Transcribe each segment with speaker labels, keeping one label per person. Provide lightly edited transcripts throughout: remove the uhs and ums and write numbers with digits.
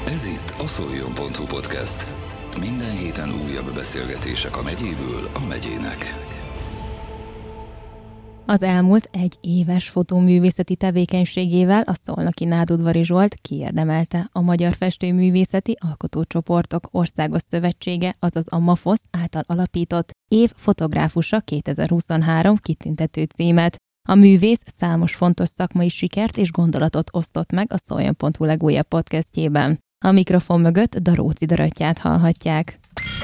Speaker 1: Ez itt a Szoljon.hu podcast. Minden héten újabb beszélgetések a megyéből a megyének.
Speaker 2: Az elmúlt egy éves fotóművészeti tevékenységével a szolnoki Nádudvari Zsolt kiérdemelte a Magyar Festőművészeti Alkotócsoportok Országos Szövetsége, azaz a MAFOSZ által alapított év fotográfusa 2023 kitüntető címet. A művész számos fontos szakmai sikert és gondolatot osztott meg a Szoljon.hu legújabb podcastjében. A mikrofon mögött Daróci Dorottyát hallhatják.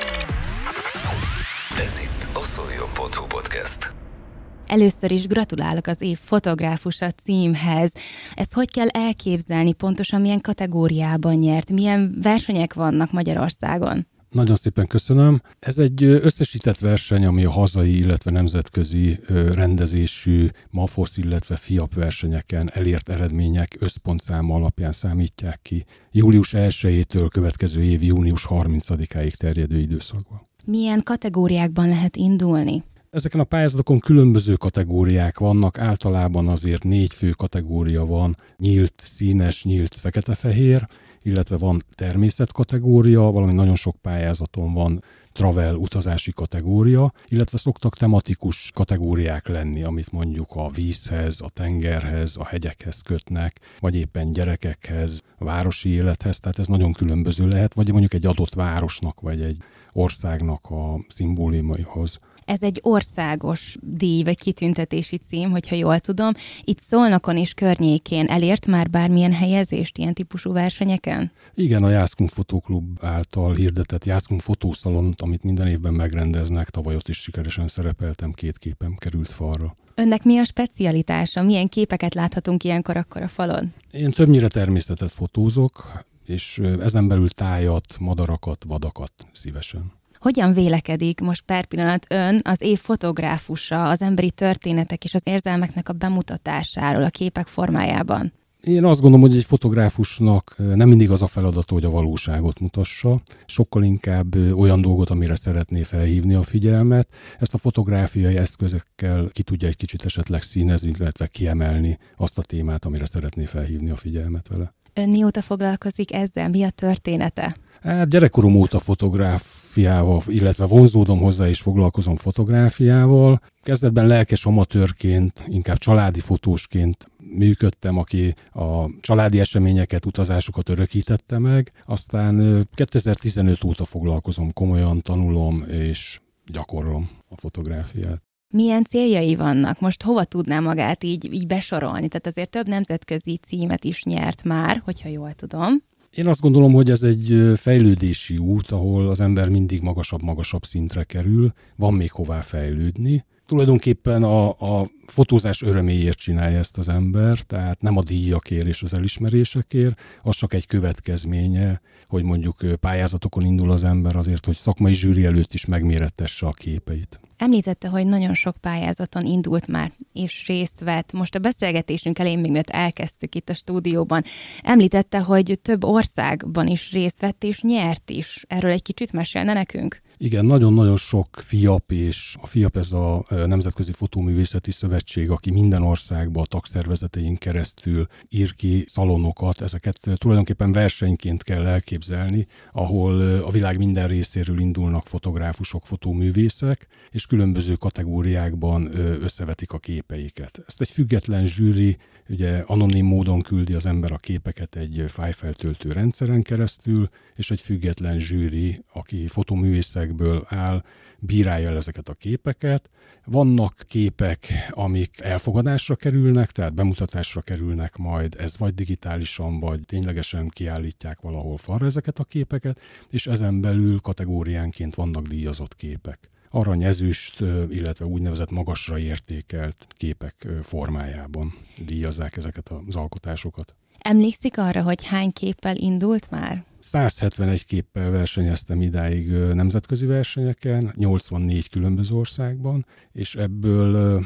Speaker 1: Ez itt a Szoljon.hu podcast.
Speaker 2: Először is gratulálok az év fotográfusa címhez. Ezt hogy kell elképzelni, pontosan milyen kategóriában nyert, milyen versenyek vannak Magyarországon?
Speaker 3: Nagyon szépen köszönöm. Ez egy összesített verseny, ami a hazai, illetve nemzetközi rendezésű MAFOSZ, illetve FIAP versenyeken elért eredmények összpontszáma alapján számítják ki. Július 1-től következő év június 30-áig terjedő időszakban.
Speaker 2: Milyen kategóriákban lehet indulni?
Speaker 3: Ezeken a pályázatokon különböző kategóriák vannak, általában azért 4 fő kategória van, nyílt, színes, nyílt, fekete-fehér, illetve van természet kategória, valami nagyon sok pályázaton van travel, utazási kategória, illetve szoktak tematikus kategóriák lenni, amit mondjuk a vízhez, a tengerhez, a hegyekhez kötnek, vagy éppen gyerekekhez, a városi élethez, tehát ez nagyon különböző lehet, vagy mondjuk egy adott városnak, vagy egy országnak a szimbólumaihoz.
Speaker 2: Ez egy országos díj, vagy kitüntetési cím, hogyha jól tudom. Itt Szolnokon és környékén elért már bármilyen helyezést ilyen típusú versenyeken?
Speaker 3: Igen, a Jászkun Fotóklub által hirdetett Jászkun Fotószalont, amit minden évben megrendeznek, tavaly ott is sikeresen szerepeltem, 2 képem került falra.
Speaker 2: Önnek mi a specialitása? Milyen képeket láthatunk ilyenkor akkor a falon?
Speaker 3: Én többnyire természetet fotózok, és ezen belül tájat, madarakat, vadakat szívesen.
Speaker 2: Hogyan vélekedik most per pillanat ön az év fotográfusa, az emberi történetek és az érzelmeknek a bemutatásáról a képek formájában?
Speaker 3: Én azt gondolom, hogy egy fotográfusnak nem mindig az a feladata, hogy a valóságot mutassa, sokkal inkább olyan dolgot, amire szeretné felhívni a figyelmet. Ezt a fotográfiai eszközökkel ki tudja egy kicsit esetleg színezni, illetve kiemelni azt a témát, amire szeretné felhívni a figyelmet vele.
Speaker 2: Ön mióta foglalkozik ezzel? Mi a története?
Speaker 3: Hát gyerekkorom óta fotográfiával, illetve vonzódom hozzá és foglalkozom fotográfiával. Kezdetben lelkes amatőrként, inkább családi fotósként működtem, aki a családi eseményeket, utazásokat örökítette meg. Aztán 2015 óta foglalkozom, komolyan tanulom és gyakorlom a fotográfiát.
Speaker 2: Milyen céljai vannak? Most hova tudná magát így besorolni? Tehát azért több nemzetközi címet is nyert már, hogyha jól tudom.
Speaker 3: Én azt gondolom, hogy ez egy fejlődési út, ahol az ember mindig magasabb szintre kerül, van még hová fejlődni. Tulajdonképpen a fotózás öröméért csinálja ezt az ember, tehát nem a díjakért és az elismerésekért, az csak egy következménye, hogy mondjuk pályázatokon indul az ember azért, hogy szakmai zsűri előtt is megmérettesse a képeit.
Speaker 2: Említette, hogy nagyon sok pályázaton indult már, és részt vett. Most a beszélgetésünk elején, még mielőtt elkezdtük itt a stúdióban, említette, hogy több országban is részt vett, és nyert is. Erről egy kicsit mesélne nekünk?
Speaker 3: Igen, nagyon-nagyon sok FIAP, és a FIAP ez a Nemzetközi Fotóművészeti Szövetség, aki minden országban a tagszervezetein keresztül ír ki szalonokat, ezeket tulajdonképpen versenyként kell elképzelni, ahol a világ minden részéről indulnak fotográfusok, fotóművészek, és különböző kategóriákban összevetik a képeiket. Ezt egy független zsűri, ugye anonim módon küldi az ember a képeket egy fájlfeltöltő rendszeren keresztül, és egy független zsűri, aki fotóművészekből áll, bírálja el ezeket a képeket. Vannak képek, amik elfogadásra kerülnek, tehát bemutatásra kerülnek majd, ez vagy digitálisan, vagy ténylegesen kiállítják valahol falra ezeket a képeket, és ezen belül kategóriánként vannak díjazott képek. Arany, ezüst, illetve úgynevezett magasra értékelt képek formájában díjazzák ezeket az alkotásokat.
Speaker 2: Emlékszik arra, hogy hány képpel indult már?
Speaker 3: 171 képpel versenyeztem idáig nemzetközi versenyeken, 84 különböző országban, és ebből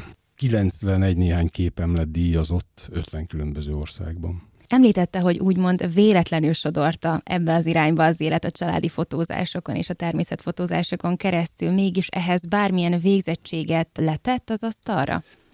Speaker 3: 91 néhány képem lett díjazott 50 különböző országban.
Speaker 2: Említette, hogy úgymond véletlenül sodorta ebbe az irányba az élet a családi fotózásokon és a természetfotózásokon keresztül, mégis ehhez bármilyen végzettséget letett az asztalra?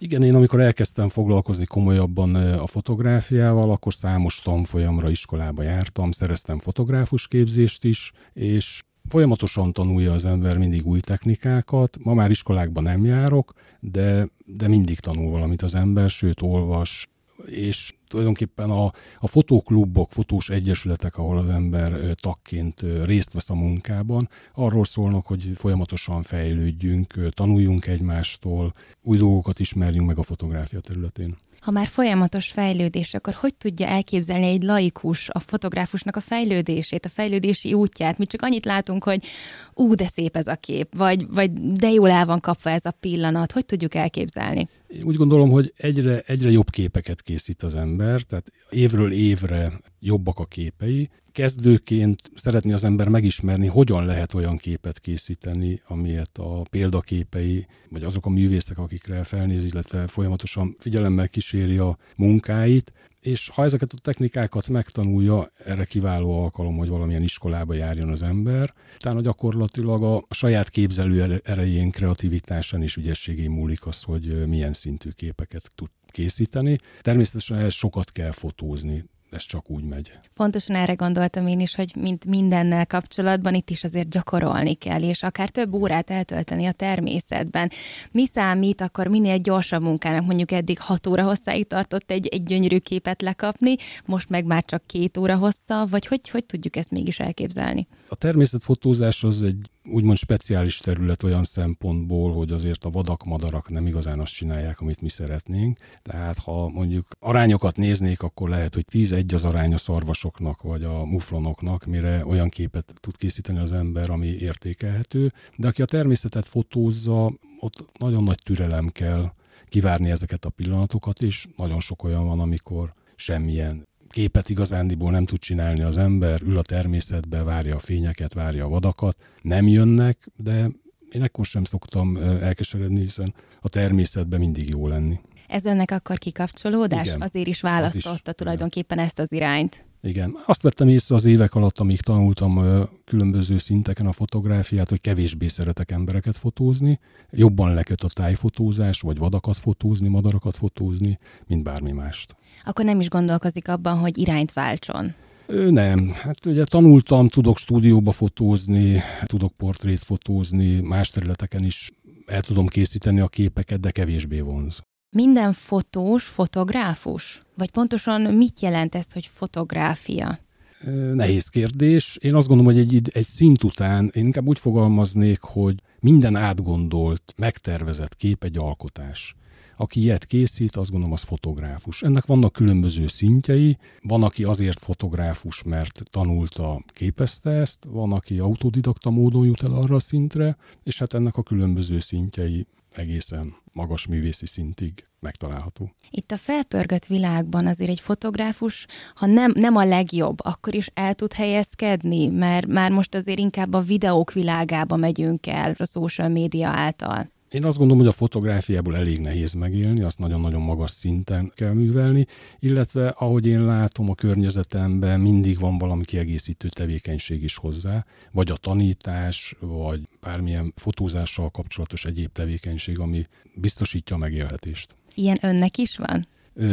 Speaker 3: Igen, én amikor elkezdtem foglalkozni komolyabban a fotográfiával, akkor számos tanfolyamra, iskolába jártam, szereztem fotográfus képzést is, és folyamatosan tanulja az ember mindig új technikákat. Ma már iskolákban nem járok, de mindig tanul valamit az ember, sőt olvas, és tulajdonképpen a fotóklubok, fotós egyesületek, ahol az ember tagként részt vesz a munkában, arról szólnak, hogy folyamatosan fejlődjünk, tanuljunk egymástól, új dolgokat ismerjünk meg a fotográfia területén.
Speaker 2: Ha már folyamatos fejlődés, akkor hogy tudja elképzelni egy laikus a fotográfusnak a fejlődését, a fejlődési útját? Mi csak annyit látunk, hogy de szép ez a kép, vagy de jól el van kapva ez a pillanat. Hogy tudjuk elképzelni?
Speaker 3: Én úgy gondolom, hogy egyre jobb képeket készít az ember, tehát évről évre jobbak a képei. Kezdőként szeretné az ember megismerni, hogyan lehet olyan képet készíteni, amilyet a példaképei, vagy azok a művészek, akikre felnéz, illetve folyamatosan figyelemmel kíséri a munkáit, és ha ezeket a technikákat megtanulja, erre kiváló alkalom, hogy valamilyen iskolába járjon az ember. Utána gyakorlatilag a saját képzelő erején, kreativitásán és ügyességén múlik az, hogy milyen szintű képeket tud készíteni. Természetesen ehhez sokat kell fotózni. Ez csak úgy megy.
Speaker 2: Pontosan erre gondoltam én is, hogy mint mindennel kapcsolatban itt is azért gyakorolni kell, és akár több órát eltölteni a természetben. Mi számít akkor minél gyorsabb munkának? Mondjuk eddig 6 óra hosszáig tartott egy gyönyörű képet lekapni, most meg már csak 2 óra hossza, vagy hogy tudjuk ezt mégis elképzelni?
Speaker 3: A természetfotózás az egy úgymond speciális terület olyan szempontból, hogy azért a vadak, madarak nem igazán azt csinálják, amit mi szeretnénk. Tehát ha mondjuk arányokat néznék, akkor lehet, hogy 10-1 az arány a szarvasoknak vagy a muflonoknak, mire olyan képet tud készíteni az ember, ami értékelhető. De aki a természetet fotózza, ott nagyon nagy türelem kell kivárni ezeket a pillanatokat, és nagyon sok olyan van, amikor semmilyen képet igazándiból nem tud csinálni az ember, ül a természetbe, várja a fényeket, várja a vadakat, nem jönnek, de én ekkor sem szoktam elkeseredni, hiszen a természetben mindig jó lenni.
Speaker 2: Ez önnek akkor kikapcsolódás?
Speaker 3: Igen,
Speaker 2: azért is választotta tulajdonképpen ezt az irányt.
Speaker 3: Igen. Azt vettem észre az évek alatt, amíg tanultam különböző szinteken a fotográfiát, hogy kevésbé szeretek embereket fotózni, jobban leköt a tájfotózás, vagy vadakat fotózni, madarakat fotózni, mint bármi mást.
Speaker 2: Akkor nem is gondolkozik abban, hogy irányt váltson?
Speaker 3: Nem. Hát ugye tanultam, tudok stúdióba fotózni, tudok portrét fotózni, más területeken is el tudom készíteni a képeket, de kevésbé vonz.
Speaker 2: Minden fotós fotográfus? Vagy pontosan mit jelent ez, hogy fotográfia?
Speaker 3: Nehéz kérdés. Én azt gondolom, hogy egy szint után én inkább úgy fogalmaznék, hogy minden átgondolt, megtervezett kép egy alkotás. Aki ilyet készít, azt gondolom, az fotográfus. Ennek vannak különböző szintjei. Van, aki azért fotográfus, mert tanulta, képezte ezt, van, aki autodidakta módon jut el arra a szintre, és hát ennek a különböző szintjei egészen magas művészi szintig megtalálható.
Speaker 2: Itt a felpörgött világban azért egy fotográfus, ha nem a legjobb, akkor is el tud helyezkedni, mert már most azért inkább a videók világába megyünk el a social média által.
Speaker 3: Én azt gondolom, hogy a fotográfiából elég nehéz megélni, azt nagyon-nagyon magas szinten kell művelni, illetve ahogy én látom a környezetemben, mindig van valami kiegészítő tevékenység is hozzá, vagy a tanítás, vagy bármilyen fotózással kapcsolatos egyéb tevékenység, ami biztosítja a megélhetést.
Speaker 2: Ilyen önnek is van?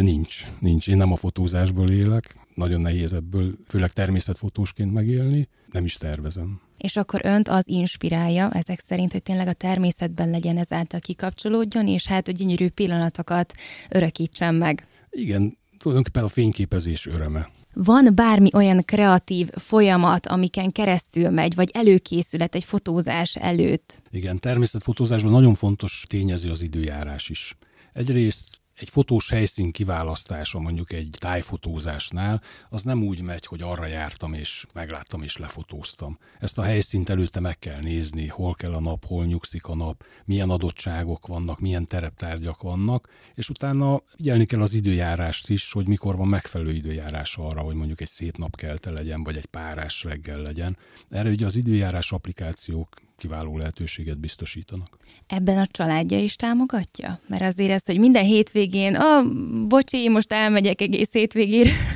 Speaker 3: Nincs. Én nem a fotózásból élek, nagyon nehéz ebből, főleg természetfotósként megélni, nem is tervezem.
Speaker 2: És akkor önt az inspirálja ezek szerint, hogy tényleg a természetben legyen, ezáltal kikapcsolódjon, és hát a gyönyörű pillanatokat örökítsen meg.
Speaker 3: Igen, tulajdonképpen a fényképezés öröme.
Speaker 2: Van bármi olyan kreatív folyamat, amiken keresztül megy, vagy előkészület egy fotózás előtt?
Speaker 3: Igen, természetfotózásban nagyon fontos tényező az időjárás is. Egyrészt egy fotós helyszín kiválasztása mondjuk egy tájfotózásnál, az nem úgy megy, hogy arra jártam és megláttam és lefotóztam. Ezt a helyszínt előtte meg kell nézni, hol kell a nap, hol nyugszik a nap, milyen adottságok vannak, milyen tereptárgyak vannak, és utána figyelni kell az időjárást is, hogy mikor van megfelelő időjárás arra, hogy mondjuk egy szép napkelte legyen, vagy egy párás reggel legyen. Erre ugye az időjárás applikációk kiváló lehetőséget biztosítanak.
Speaker 2: Ebben a családja is támogatja? Mert azért ez, hogy minden hétvégén, bocsi, most elmegyek egész hétvégére.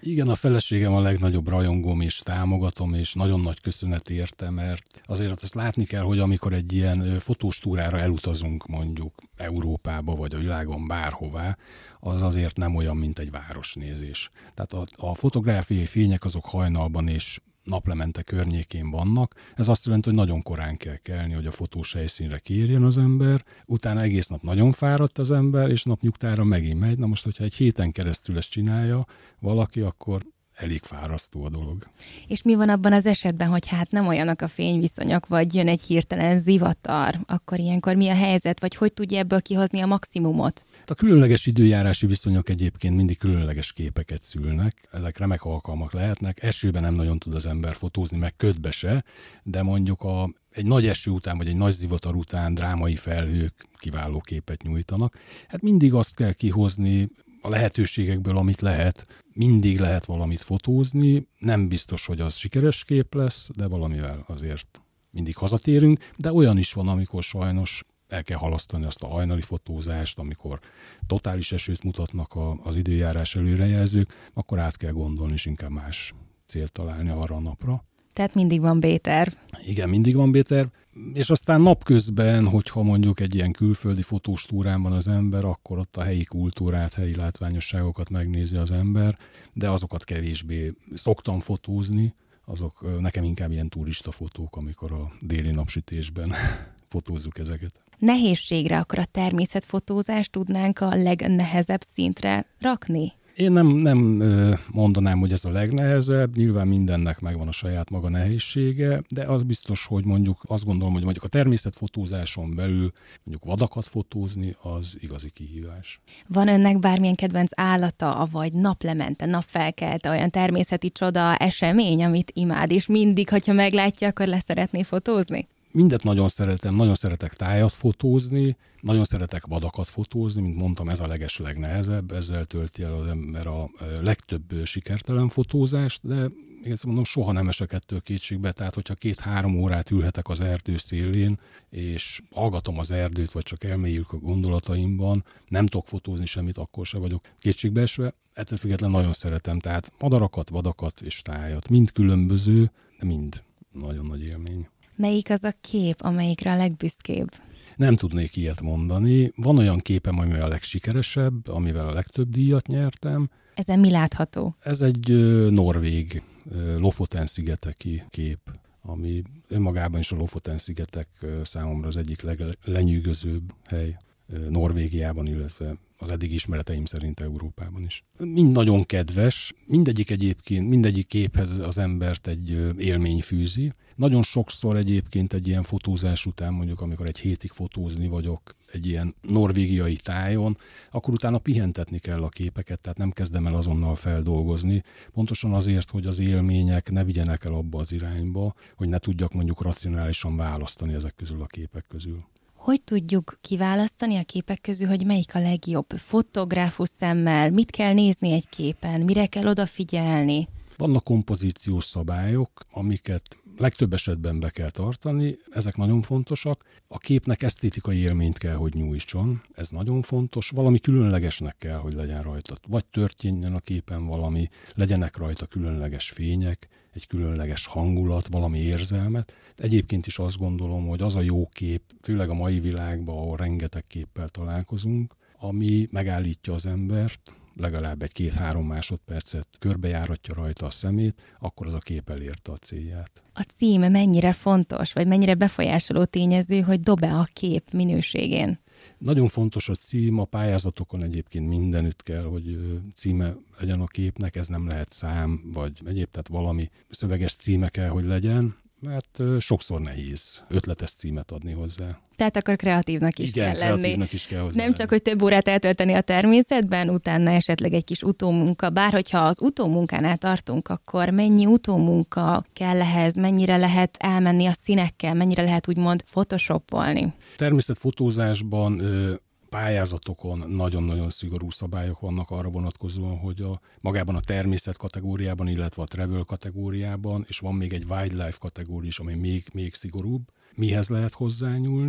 Speaker 3: Igen, a feleségem a legnagyobb rajongóm, és támogatom, és nagyon nagy köszönet érte, mert azért azt látni kell, hogy amikor egy ilyen fotós túrára elutazunk mondjuk Európába, vagy a világon bárhová, az azért nem olyan, mint egy városnézés. Tehát a fotográfiai fények azok hajnalban és naplemente környékén vannak. Ez azt jelenti, hogy nagyon korán kell kelni, hogy a fotós helyszínre kiérjen az ember, utána egész nap nagyon fáradt az ember, és napnyugtára megint megy. Na most, hogyha egy héten keresztül ezt csinálja valaki, akkor elég fárasztó a dolog.
Speaker 2: És mi van abban az esetben, hogy hát nem olyanok a fényviszonyok, vagy jön egy hirtelen zivatar, akkor ilyenkor mi a helyzet, vagy hogy tudja ebből kihozni a maximumot?
Speaker 3: A különleges időjárási viszonyok egyébként mindig különleges képeket szülnek, ezek remek alkalmak lehetnek, esőben nem nagyon tud az ember fotózni, meg ködbe se, de mondjuk egy nagy eső után, vagy egy nagy zivatar után drámai felhők kiváló képet nyújtanak. Hát mindig azt kell kihozni a lehetőségekből, amit lehet. Mindig lehet valamit fotózni, nem biztos, hogy az sikeres kép lesz, de valamivel azért mindig hazatérünk, de olyan is van, amikor sajnos el kell halasztani azt a hajnali fotózást, amikor totális esőt mutatnak az időjárás előrejelzők, akkor át kell gondolni, és inkább más célt találni arra a napra.
Speaker 2: Tehát mindig van B-terv.
Speaker 3: Igen, mindig van B-terv. És aztán napközben, hogyha mondjuk egy ilyen külföldi fotós túrán van az ember, akkor ott a helyi kultúrát, helyi látványosságokat megnézi az ember, de azokat kevésbé szoktam fotózni, azok nekem inkább ilyen turista fotók, amikor a déli napsütésben fotózzuk ezeket.
Speaker 2: Nehézségre akkor a természetfotózást tudnánk a legnehezebb szintre rakni?
Speaker 3: Én nem mondanám, hogy ez a legnehezebb, nyilván mindennek megvan a saját maga nehézsége, de az biztos, hogy mondjuk azt gondolom, hogy mondjuk a természetfotózáson belül mondjuk vadakat fotózni, az igazi kihívás.
Speaker 2: Van önnek bármilyen kedvenc állata, vagy naplemente, napfelkelte, olyan természeti csoda, esemény, amit imád, és mindig, hogyha meglátja, akkor leszeretné fotózni?
Speaker 3: Mindet nagyon szeretem, nagyon szeretek tájat fotózni, nagyon szeretek vadakat fotózni, mint mondtam, ez a legnehezebb, ezzel tölti el az ember a legtöbb sikertelen fotózást, de én ezt mondom, soha nem esek ettől kétségbe, tehát hogyha 2-3 órát ülhetek az erdő szélén, és hallgatom az erdőt, vagy csak elmélyülök a gondolataimban, nem tudok fotózni semmit, akkor se vagyok kétségbeesve, ettől függetlenül nagyon szeretem, tehát madarakat, vadakat és tájat, mind különböző, de mind nagyon nagy élmény.
Speaker 2: Melyik az a kép, amelyikre a legbüszkébb?
Speaker 3: Nem tudnék ilyet mondani. Van olyan képem, ami a legsikeresebb, amivel a legtöbb díjat nyertem.
Speaker 2: Ezen mi látható?
Speaker 3: Ez egy norvég Lofoten-szigeteki kép, ami önmagában is a Lofoten-szigetek számomra az egyik leglenyűgözőbb hely Norvégiában, illetve az eddig ismereteim szerint Európában is. Mind nagyon kedves, mindegyik képhez az embert egy élmény fűzi. Nagyon sokszor egyébként egy ilyen fotózás után, mondjuk amikor egy hétig fotózni vagyok egy ilyen norvégiai tájon, akkor utána pihentetni kell a képeket, tehát nem kezdem el azonnal feldolgozni. Pontosan azért, hogy az élmények ne vigyenek el abba az irányba, hogy ne tudjak mondjuk racionálisan választani ezek közül a képek közül.
Speaker 2: Hogy tudjuk kiválasztani a képek közül, hogy melyik a legjobb? Fotográfus szemmel, mit kell nézni egy képen, mire kell odafigyelni?
Speaker 3: Vannak kompozíciós szabályok, amiket legtöbb esetben be kell tartani, ezek nagyon fontosak. A képnek esztétikai élményt kell, hogy nyújtson, ez nagyon fontos. Valami különlegesnek kell, hogy legyen rajta. Vagy történjen a képen valami, legyenek rajta különleges fények, egy különleges hangulat, valami érzelmet. Egyébként is azt gondolom, hogy az a jó kép, főleg a mai világban, ahol rengeteg képpel találkozunk, ami megállítja az embert, legalább egy 2-3 másodpercet körbejáratja rajta a szemét, akkor az a kép elérte a célját.
Speaker 2: A cím mennyire fontos, vagy mennyire befolyásoló tényező, hogy dob-e a kép minőségén?
Speaker 3: Nagyon fontos a cím, a pályázatokon egyébként mindenütt kell, hogy címe legyen a képnek, ez nem lehet szám, vagy egyéb, tehát valami szöveges címe kell, hogy legyen, mert sokszor nehéz ötletes címet adni hozzá.
Speaker 2: Tehát akkor kreatívnak is
Speaker 3: Igen,
Speaker 2: kell lenni.
Speaker 3: kreatívnak is kell hozzá.
Speaker 2: Nem csak, hogy több órát eltölteni a természetben, utána esetleg egy kis utómunka. Bár hogyha az utómunkánál tartunk, akkor mennyi utómunka kell ehhez, mennyire lehet elmenni a színekkel, mennyire lehet úgymond photoshopolni?
Speaker 3: Természetfotózásban pályázatokon nagyon-nagyon szigorú szabályok vannak arra vonatkozóan, hogy magában a természet kategóriában, illetve a travel kategóriában, és van még egy wildlife kategória is, ami még szigorúbb, mihez lehet hozzányúlni,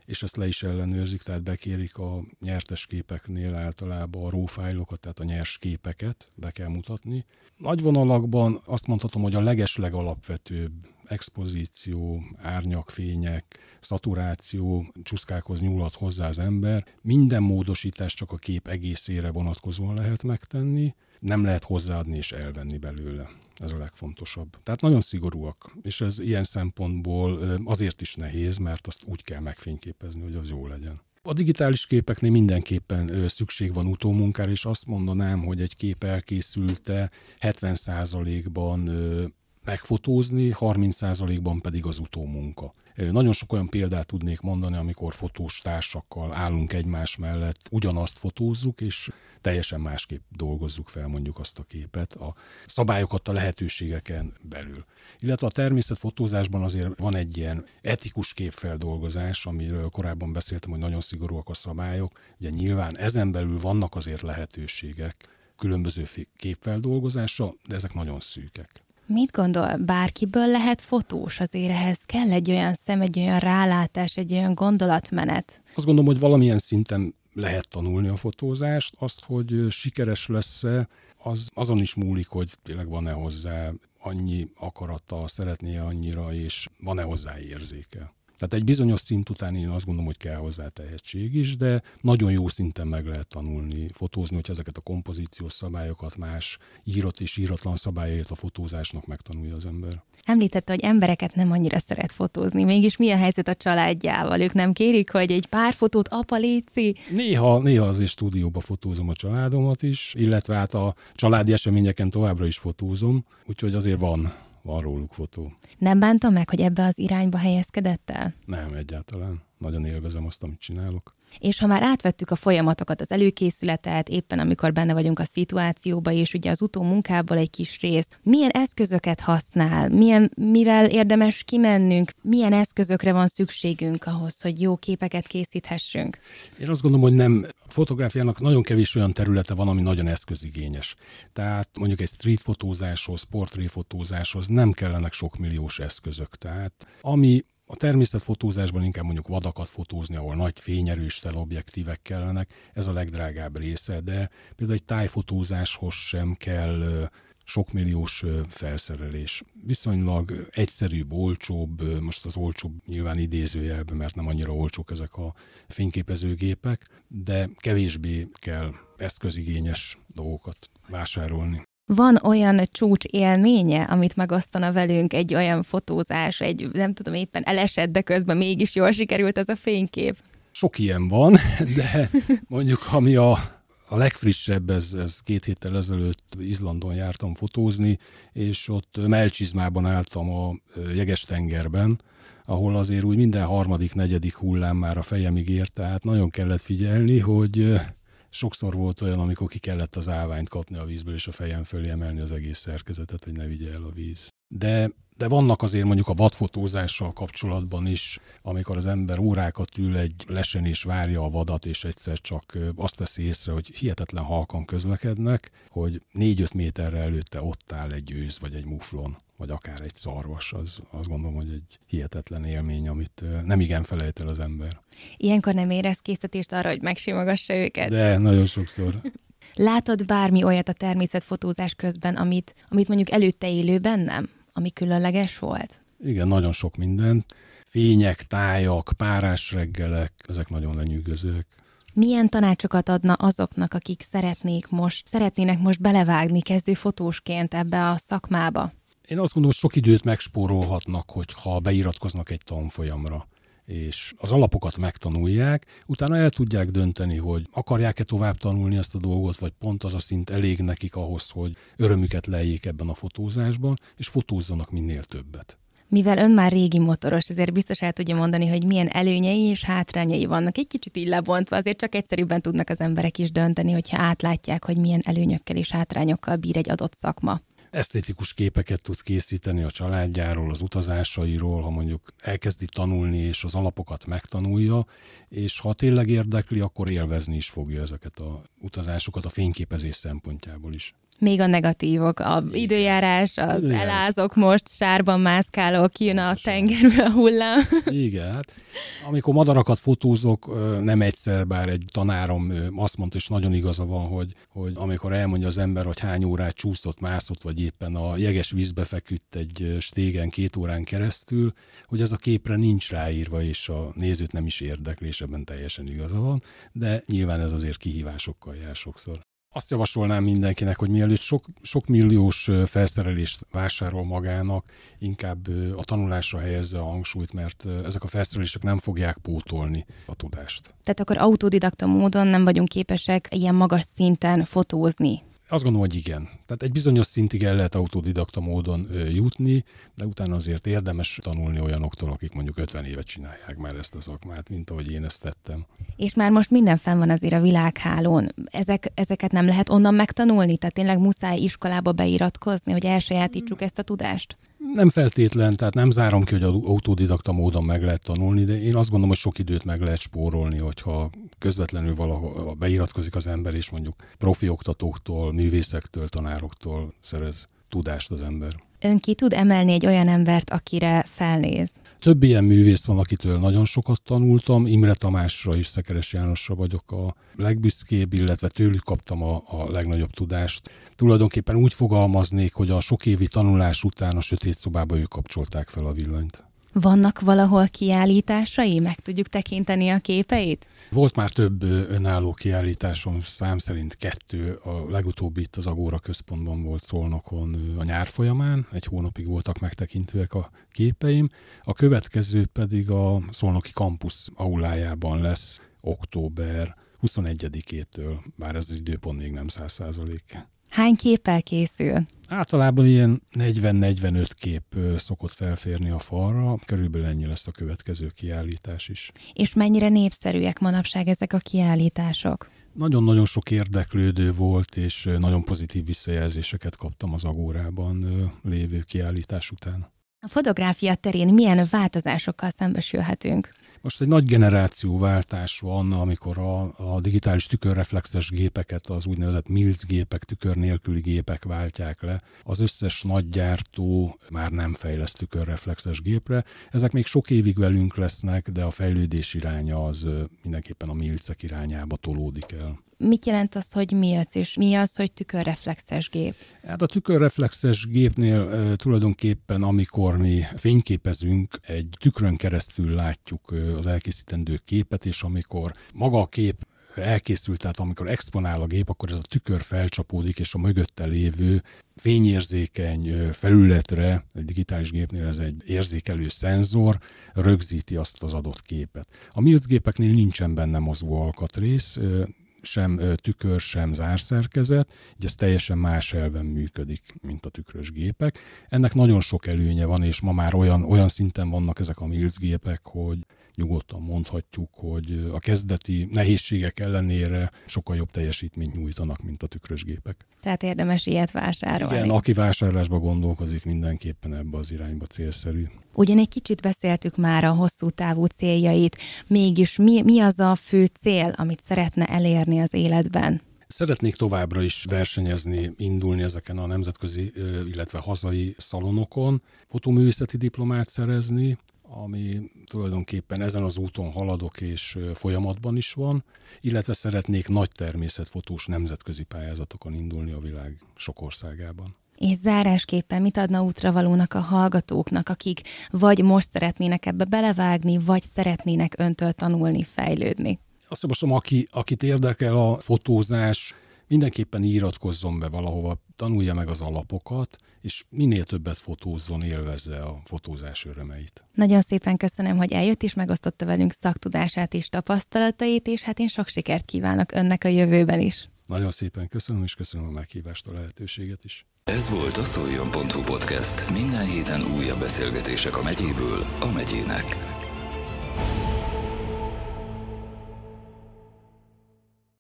Speaker 3: és ezt le is ellenőrzik, tehát bekérik a nyertes képeknél általában a raw fájlokat, tehát a nyers képeket be kell mutatni. Nagy vonalakban azt mondhatom, hogy a legalapvetőbb expozíció, árnyakfények, szaturáció, csúszkákhoz nyúlhat hozzá az ember. Minden módosítás csak a kép egészére vonatkozóan lehet megtenni, nem lehet hozzáadni és elvenni belőle. Ez a legfontosabb. Tehát nagyon szigorúak, és ez ilyen szempontból azért is nehéz, mert azt úgy kell megfényképezni, hogy az jó legyen. A digitális képeknél mindenképpen szükség van utómunkára, és azt mondanám, hogy egy kép elkészülte 70%-ban megfotózni, 30%-ban pedig az utómunka. Nagyon sok olyan példát tudnék mondani, amikor fotós társakkal állunk egymás mellett, ugyanazt fotózzuk, és teljesen másképp dolgozzuk fel mondjuk azt a képet, a szabályokat a lehetőségeken belül. Illetve a természetfotózásban azért van egy ilyen etikus képfeldolgozás, amiről korábban beszéltem, hogy nagyon szigorúak a szabályok. Ugye nyilván ezen belül vannak azért lehetőségek különböző képfeldolgozásra, de ezek nagyon szűkek.
Speaker 2: Mit gondol, bárkiből lehet fotós? Azért ehhez kell egy olyan szem, egy olyan rálátás, egy olyan gondolatmenet.
Speaker 3: Azt gondolom, hogy valamilyen szinten lehet tanulni a fotózást. Azt, hogy sikeres lesz-e, azon is múlik, hogy tényleg van-e hozzá annyi akarata, szeretné annyira, és van-e hozzá érzéke. Tehát egy bizonyos szint után én azt gondolom, hogy kell hozzá tehetség is, de nagyon jó szinten meg lehet tanulni, fotózni, hogyha ezeket a kompozíciós szabályokat, más írott és íratlan szabályait a fotózásnak megtanulja az ember.
Speaker 2: Említette, hogy embereket nem annyira szeret fotózni. Mégis mi a helyzet a családjával? Ők nem kérik, hogy egy pár fotót, apa léci?
Speaker 3: Néha azért stúdióba fotózom a családomat is, illetve hát a családi eseményeken továbbra is fotózom, úgyhogy azért van róluk fotó.
Speaker 2: Nem bánta meg, hogy ebbe az irányba helyezkedett el?
Speaker 3: Nem, egyáltalán. Nagyon élvezem azt, amit csinálok.
Speaker 2: És ha már átvettük a folyamatokat, az előkészületet, éppen amikor benne vagyunk a szituációba, és ugye az utómunkából egy kis részt, milyen eszközöket használ, mivel érdemes kimennünk, milyen eszközökre van szükségünk ahhoz, hogy jó képeket készíthessünk?
Speaker 3: Én azt gondolom, hogy nem. A fotográfiának nagyon kevés olyan területe van, ami nagyon eszközigényes. Tehát mondjuk egy streetfotózáshoz, portréfotózáshoz nem kellenek sok milliós eszközök. Tehát ami a természetfotózásban inkább mondjuk vadakat fotózni, ahol nagy fényerős teleobjektívek kellenek, ez a legdrágább része, de például egy tájfotózáshoz sem kell sokmilliós felszerelés. Viszonylag egyszerűbb, olcsóbb, most az olcsóbb nyilván idézőjelben, mert nem annyira olcsók ezek a fényképezőgépek, de kevésbé kell eszközigényes dolgokat vásárolni.
Speaker 2: Van olyan csúcs élménye, amit megosztana velünk, egy olyan fotózás, egy nem tudom, éppen elesett, de közben mégis jól sikerült az a fénykép?
Speaker 3: Sok ilyen van, de mondjuk ami a legfrissebb, ez 2 héttel ezelőtt Izlandon jártam fotózni, és ott mellcsizmában álltam a Jeges-tengerben, ahol azért úgy minden harmadik, negyedik hullám már a fejemig ért, tehát nagyon kellett figyelni, hogy sokszor volt olyan, amikor ki kellett az állványt kapni a vízből, és a fejem fölé emelni az egész szerkezetet, hogy ne vigye el a víz. De vannak azért mondjuk a vadfotózással kapcsolatban is, amikor az ember órákat ül egy lesen és várja a vadat, és egyszer csak azt veszi észre, hogy hihetetlen halkan közlekednek, hogy 4-5 méterre előtte ott áll egy őz, vagy egy muflon, vagy akár egy szarvas. Azt gondolom, hogy egy hihetetlen élmény, amit nem igen felejt el az ember. Ilyenkor
Speaker 2: nem érez késztetést arra, hogy megsimogassa őket?
Speaker 3: De nagyon sokszor.
Speaker 2: Látod bármi olyat a természetfotózás közben, amit mondjuk előtte élőben nem? Ami különleges volt?
Speaker 3: Igen, nagyon sok minden. Fények, tájak, párás reggelek, ezek nagyon lenyűgözőek.
Speaker 2: Milyen tanácsokat adna azoknak, akik szeretnének most belevágni kezdő fotósként ebbe a szakmába?
Speaker 3: Én azt gondolom, hogy sok időt megspórolhatnak, hogyha beiratkoznak egy tanfolyamra, és az alapokat megtanulják, utána el tudják dönteni, hogy akarják-e tovább tanulni ezt a dolgot, vagy pont az a szint elég nekik ahhoz, hogy örömüket lejjék ebben a fotózásban, és fotózzanak minél többet.
Speaker 2: Mivel ön már régi motoros, ezért biztos el tudja mondani, hogy milyen előnyei és hátrányai vannak. Egy kicsit így lebontva, azért csak egyszerűbben tudnak az emberek is dönteni, hogyha átlátják, hogy milyen előnyökkel és hátrányokkal bír egy adott szakma.
Speaker 3: Esztétikus képeket tud készíteni a családjáról, az utazásairól, ha mondjuk elkezdi tanulni és az alapokat megtanulja, és ha tényleg érdekli, akkor élvezni is fogja ezeket az utazásokat a fényképezés szempontjából is.
Speaker 2: Még a negatívok, a időjárás, az elázok most, sárban mászkálok, jön a tengerbe a hullám.
Speaker 3: Igen, hát amikor madarakat fotózok, nem egyszer, bár egy tanárom azt mondta, és nagyon igaza van, hogy amikor elmondja az ember, hogy hány órát csúszott, mászott, vagy éppen a jeges vízbe feküdt egy stégen 2 órán keresztül, hogy ez a képre nincs ráírva, és a nézőt nem is érdekli, és ebben teljesen igaza van, de nyilván ez azért kihívásokkal jár sokszor. Azt javasolnám mindenkinek, hogy mielőtt sok milliós felszerelést vásárol magának, inkább a tanulásra helyezze a hangsúlyt, mert ezek a felszerelések nem fogják pótolni a tudást.
Speaker 2: Tehát akkor autodidakta módon nem vagyunk képesek ilyen magas szinten fotózni?
Speaker 3: Azt gondolom, hogy igen. Tehát egy bizonyos szintig el lehet autodidakta módon jutni, de utána azért érdemes tanulni olyanoktól, akik mondjuk 50 évet csinálják már ezt a szakmát, mint ahogy én ezt tettem.
Speaker 2: És már most minden fenn van azért a világhálón. Ezeket nem lehet onnan megtanulni? Tehát tényleg muszáj iskolába beiratkozni, hogy elsajátítsuk ezt a tudást?
Speaker 3: Nem feltétlen, tehát nem zárom ki, hogy autodidakta módon meg lehet tanulni, de én azt gondolom, hogy sok időt meg lehet spórolni, hogyha közvetlenül valahol beiratkozik az ember, és mondjuk profi oktatóktól, művészektől, tanároktól szerez tudást az ember.
Speaker 2: Ön ki tud emelni egy olyan embert, akire felnéz?
Speaker 3: Több ilyen művész van, akitől nagyon sokat tanultam. Imre Tamásra és Szekeres Jánosra vagyok a legbüszkébb, illetve tőlük kaptam a legnagyobb tudást. Tulajdonképpen úgy fogalmaznék, hogy a sok évi tanulás után a sötét szobába ők kapcsolták fel a villanyt.
Speaker 2: Vannak valahol kiállításai? Meg tudjuk tekinteni a képeit?
Speaker 3: Volt már több önálló kiállításom, szám szerint 2. A legutóbbi itt az Agóra központban volt Szolnokon a nyár folyamán, 1 hónapig voltak megtekintőek a képeim. A következő pedig a Szolnoki Campus aulájában lesz október 21-től, bár ez az időpont még nem 100%.
Speaker 2: Hány képpel készül?
Speaker 3: Általában ilyen 40-45 kép szokott felférni a falra, körülbelül ennyi lesz a következő kiállítás is.
Speaker 2: És mennyire népszerűek manapság ezek a kiállítások?
Speaker 3: Nagyon-nagyon sok érdeklődő volt, és nagyon pozitív visszajelzéseket kaptam az Agórában lévő kiállítás után.
Speaker 2: A fotográfia terén milyen változásokkal szembesülhetünk?
Speaker 3: Most egy nagy generációváltás van, amikor a digitális tükörreflexes gépeket, az úgynevezett MILC gépek, tükör nélküli gépek váltják le. Az összes nagy gyártó már nem fejleszt tükörreflexes gépre. Ezek még sok évig velünk lesznek, de a fejlődés iránya az mindenképpen a MILC-ek irányába tolódik el.
Speaker 2: Mit jelent az, hogy MILC, és mi az, hogy tükörreflexes gép?
Speaker 3: Hát a tükörreflexes gépnél tulajdonképpen, amikor mi fényképezünk, egy tükrön keresztül látjuk az elkészítendő képet, és amikor maga a kép elkészült, tehát amikor exponál a gép, akkor ez a tükör felcsapódik, és a mögötte lévő fényérzékeny felületre, egy digitális gépnél ez egy érzékelő szenzor, rögzíti azt az adott képet. A MILC gépeknél nincsen benne mozgó alkatrész, sem tükör, sem zárszerkezet, így ez teljesen más elven működik, mint a tükrös gépek. Ennek nagyon sok előnye van, és ma már olyan szinten vannak ezek a MILC gépek, hogy nyugodtan mondhatjuk, hogy a kezdeti nehézségek ellenére sokkal jobb teljesítményt nyújtanak, mint a tükrös gépek.
Speaker 2: Tehát érdemes ilyet vásárolni.
Speaker 3: Igen, aki vásárlásba gondolkozik, mindenképpen ebbe az irányba célszerű.
Speaker 2: Ugyan egy kicsit beszéltük már a hosszú távú céljait, mégis mi az a fő cél, amit szeretne elérni az életben?
Speaker 3: Szeretnék továbbra is versenyezni, indulni ezeken a nemzetközi, illetve hazai szalonokon, fotóművészeti diplomát szerezni, ami tulajdonképpen ezen az úton haladok és folyamatban is van, illetve szeretnék nagy természetfotós nemzetközi pályázatokon indulni a világ sok országában.
Speaker 2: És zárásképpen mit adna útravalónak a hallgatóknak, akik vagy most szeretnének ebbe belevágni, vagy szeretnének öntől tanulni, fejlődni?
Speaker 3: Azt javaslom, akit érdekel a fotózás, mindenképpen iratkozzon be valahova, tanulja meg az alapokat, és minél többet fotózzon, élvezze a fotózás örömeit. Nagyon
Speaker 2: szépen köszönöm, hogy eljött és megosztotta velünk szaktudását és tapasztalatait, és hát én sok sikert kívánok önnek a jövőben is.
Speaker 3: Nagyon szépen köszönöm, és köszönöm a meghívást, a lehetőséget is.
Speaker 1: Ez volt a Szoljon.hu podcast. Minden héten újabb beszélgetések a megyéből a megyének.